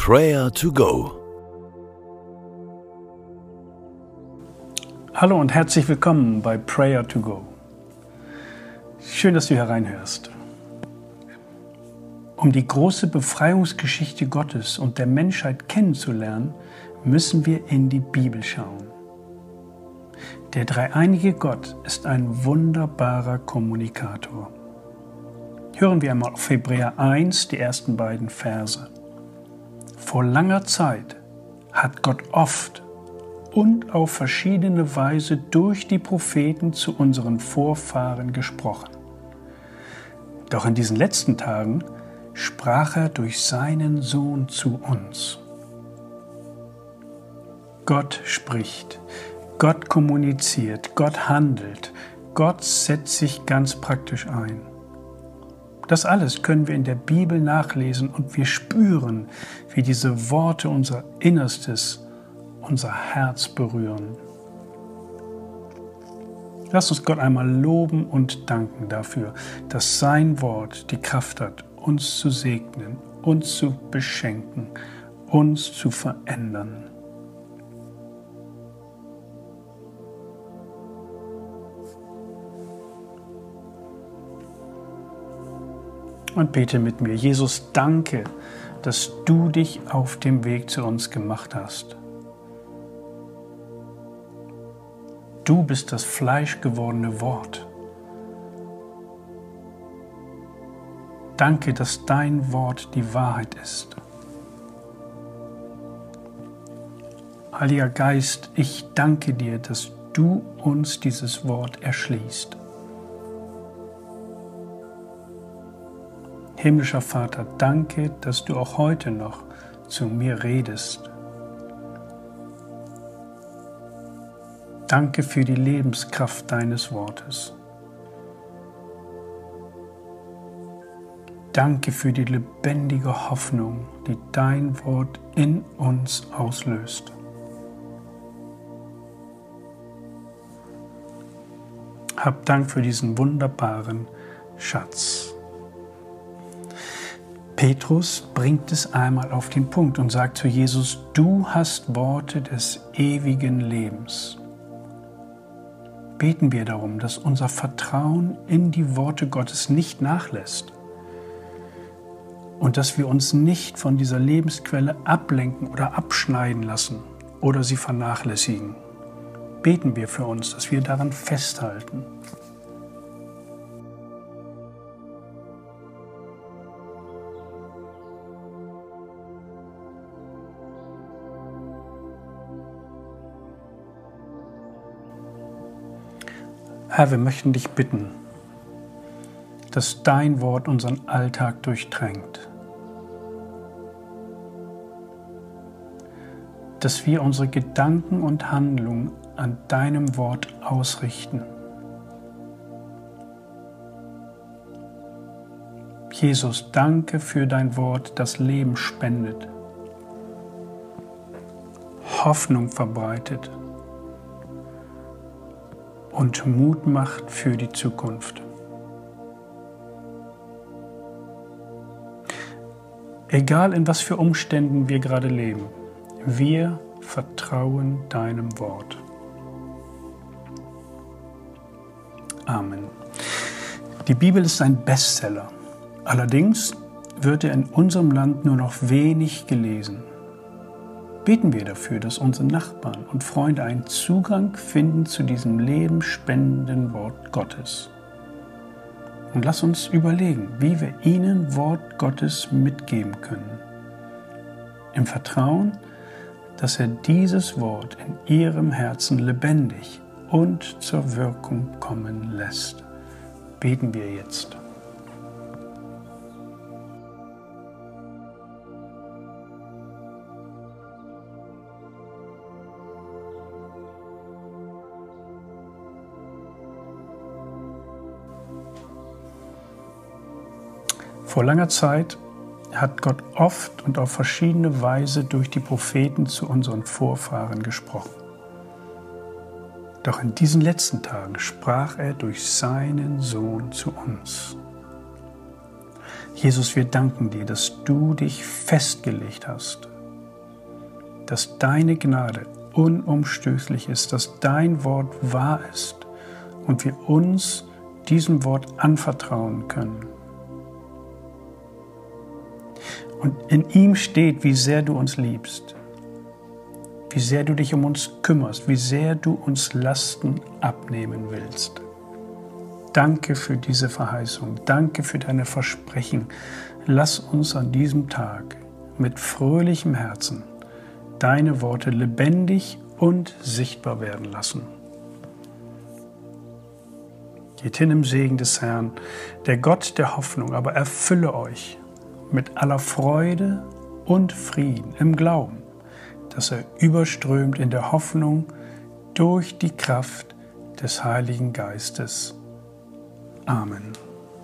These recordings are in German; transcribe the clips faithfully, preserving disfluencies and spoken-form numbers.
Prayer to Go. Hallo und herzlich willkommen bei Prayer to Go. Schön, dass du hereinhörst. Um die große Befreiungsgeschichte Gottes und der Menschheit kennenzulernen, müssen wir in die Bibel schauen. Der dreieinige Gott ist ein wunderbarer Kommunikator. Hören wir einmal auf Hebräer eins, die ersten beiden Verse. Vor langer Zeit hat Gott oft und auf verschiedene Weise durch die Propheten zu unseren Vorfahren gesprochen. Doch in diesen letzten Tagen sprach er durch seinen Sohn zu uns. Gott spricht, Gott kommuniziert, Gott handelt, Gott setzt sich ganz praktisch ein. Das alles können wir in der Bibel nachlesen und wir spüren, wie diese Worte unser Innerstes, unser Herz berühren. Lass uns Gott einmal loben und danken dafür, dass sein Wort die Kraft hat, uns zu segnen, uns zu beschenken, uns zu verändern. Und bete mit mir. Jesus, danke, dass du dich auf dem Weg zu uns gemacht hast. Du bist das fleischgewordene Wort. Danke, dass dein Wort die Wahrheit ist. Heiliger Geist, ich danke dir, dass du uns dieses Wort erschließt. Himmlischer Vater, danke, dass du auch heute noch zu mir redest. Danke für die Lebenskraft deines Wortes. Danke für die lebendige Hoffnung, die dein Wort in uns auslöst. Hab Dank für diesen wunderbaren Schatz. Petrus bringt es einmal auf den Punkt und sagt zu Jesus, du hast Worte des ewigen Lebens. Beten wir darum, dass unser Vertrauen in die Worte Gottes nicht nachlässt und dass wir uns nicht von dieser Lebensquelle ablenken oder abschneiden lassen oder sie vernachlässigen. Beten wir für uns, dass wir daran festhalten. Herr, wir möchten dich bitten, dass dein Wort unseren Alltag durchdrängt, dass wir unsere Gedanken und Handlungen an deinem Wort ausrichten. Jesus, danke für dein Wort, das Leben spendet, Hoffnung verbreitet und Mut macht für die Zukunft. Egal in was für Umständen wir gerade leben, wir vertrauen deinem Wort. Amen. Die Bibel ist ein Bestseller. Allerdings wird er in unserem Land nur noch wenig gelesen. Beten wir dafür, dass unsere Nachbarn und Freunde einen Zugang finden zu diesem lebenspendenden Wort Gottes. Und lass uns überlegen, wie wir ihnen Wort Gottes mitgeben können. Im Vertrauen, dass er dieses Wort in ihrem Herzen lebendig und zur Wirkung kommen lässt. Beten wir jetzt. Vor langer Zeit hat Gott oft und auf verschiedene Weise durch die Propheten zu unseren Vorfahren gesprochen. Doch in diesen letzten Tagen sprach er durch seinen Sohn zu uns. Jesus, wir danken dir, dass du dich festgelegt hast dass deine Gnade unumstößlich ist, dass dein Wort wahr ist und wir uns diesem Wort anvertrauen können. Und in ihm steht, wie sehr du uns liebst, wie sehr du dich um uns kümmerst, wie sehr du uns Lasten abnehmen willst. Danke für diese Verheißung, danke für deine Versprechen. Lass uns an diesem Tag mit fröhlichem Herzen deine Worte lebendig und sichtbar werden lassen. Geht hin im Segen des Herrn, der Gott der Hoffnung, aber erfülle euch mit aller Freude und Frieden im Glauben, dass er überströmt in der Hoffnung durch die Kraft des Heiligen Geistes. Amen.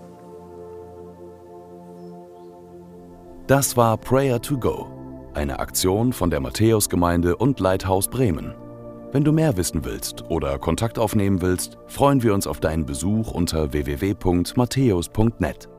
Das war Prayer to Go, eine Aktion von der Matthäusgemeinde und Lighthouse Bremen. Wenn du mehr wissen willst oder Kontakt aufnehmen willst, freuen wir uns auf deinen Besuch unter w w w punkt matthäus punkt net.